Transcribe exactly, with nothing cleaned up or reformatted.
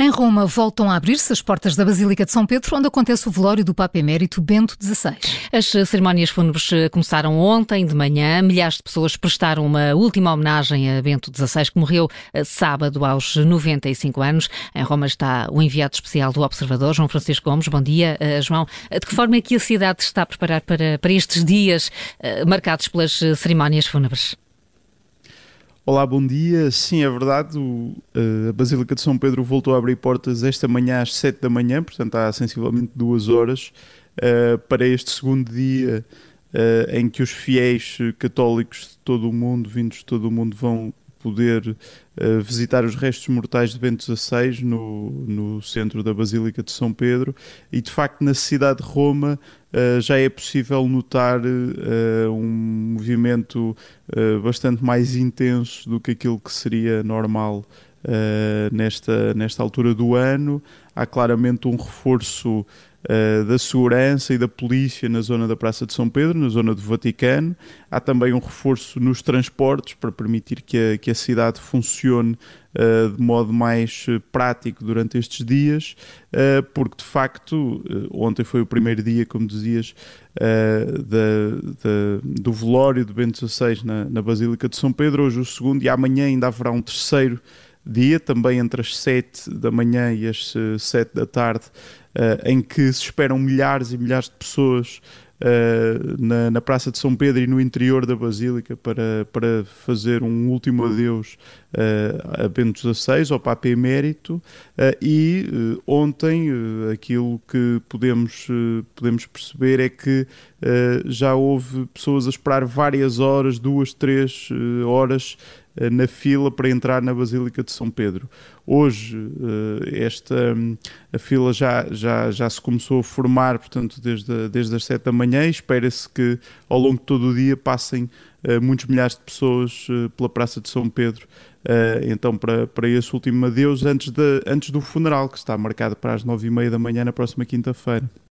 Em Roma, voltam a abrir-se as portas da Basílica de São Pedro, onde acontece o velório do Papa Emérito Bento dezasseis. As cerimónias fúnebres começaram ontem de manhã. Milhares de pessoas prestaram uma última homenagem a Bento dezasseis, que morreu sábado aos noventa e cinco anos. Em Roma está o enviado especial do Observador, João Francisco Gomes. Bom dia, João. De que forma é que a cidade se está a preparar para, para estes dias marcados pelas cerimónias fúnebres? Olá, bom dia. Sim, é verdade, o, a Basílica de São Pedro voltou a abrir portas esta manhã às sete da manhã, portanto há sensivelmente duas horas, uh, para este segundo dia uh, em que os fiéis católicos de todo o mundo, vindos de todo o mundo, vão poder uh, visitar os restos mortais de Bento dezasseis no, no centro da Basílica de São Pedro. E de facto na cidade de Roma uh, já é possível notar uh, um movimento uh, bastante mais intenso do que aquilo que seria normal uh, nesta, nesta altura do ano. Há claramente um reforço Uh, da segurança e da polícia na zona da Praça de São Pedro, na zona do Vaticano. Há também um reforço nos transportes para permitir que a, que a cidade funcione uh, de modo mais uh, prático durante estes dias, uh, porque de facto uh, ontem foi o primeiro dia, como dizias, uh, da, da, do velório de Bento dezasseis na, na Basílica de São Pedro. Hoje o segundo, e amanhã ainda haverá um terceiro dia, também entre as sete da manhã e as sete da tarde, uh, em que se esperam milhares e milhares de pessoas uh, na, na Praça de São Pedro e no interior da Basílica para, para fazer um último adeus uh, a Bento dezasseis, ao Papa Emérito, uh, e uh, ontem uh, aquilo que podemos, uh, podemos perceber é que uh, já houve pessoas a esperar várias horas, duas, três uh, horas, na fila para entrar na Basílica de São Pedro. Hoje esta, a fila já, já, já se começou a formar, portanto, desde, desde as sete da manhã, e espera-se que ao longo de todo o dia passem muitos milhares de pessoas pela Praça de São Pedro, então para, para esse último adeus antes, de, antes do funeral, que está marcado para as nove e meia da manhã na próxima quinta-feira.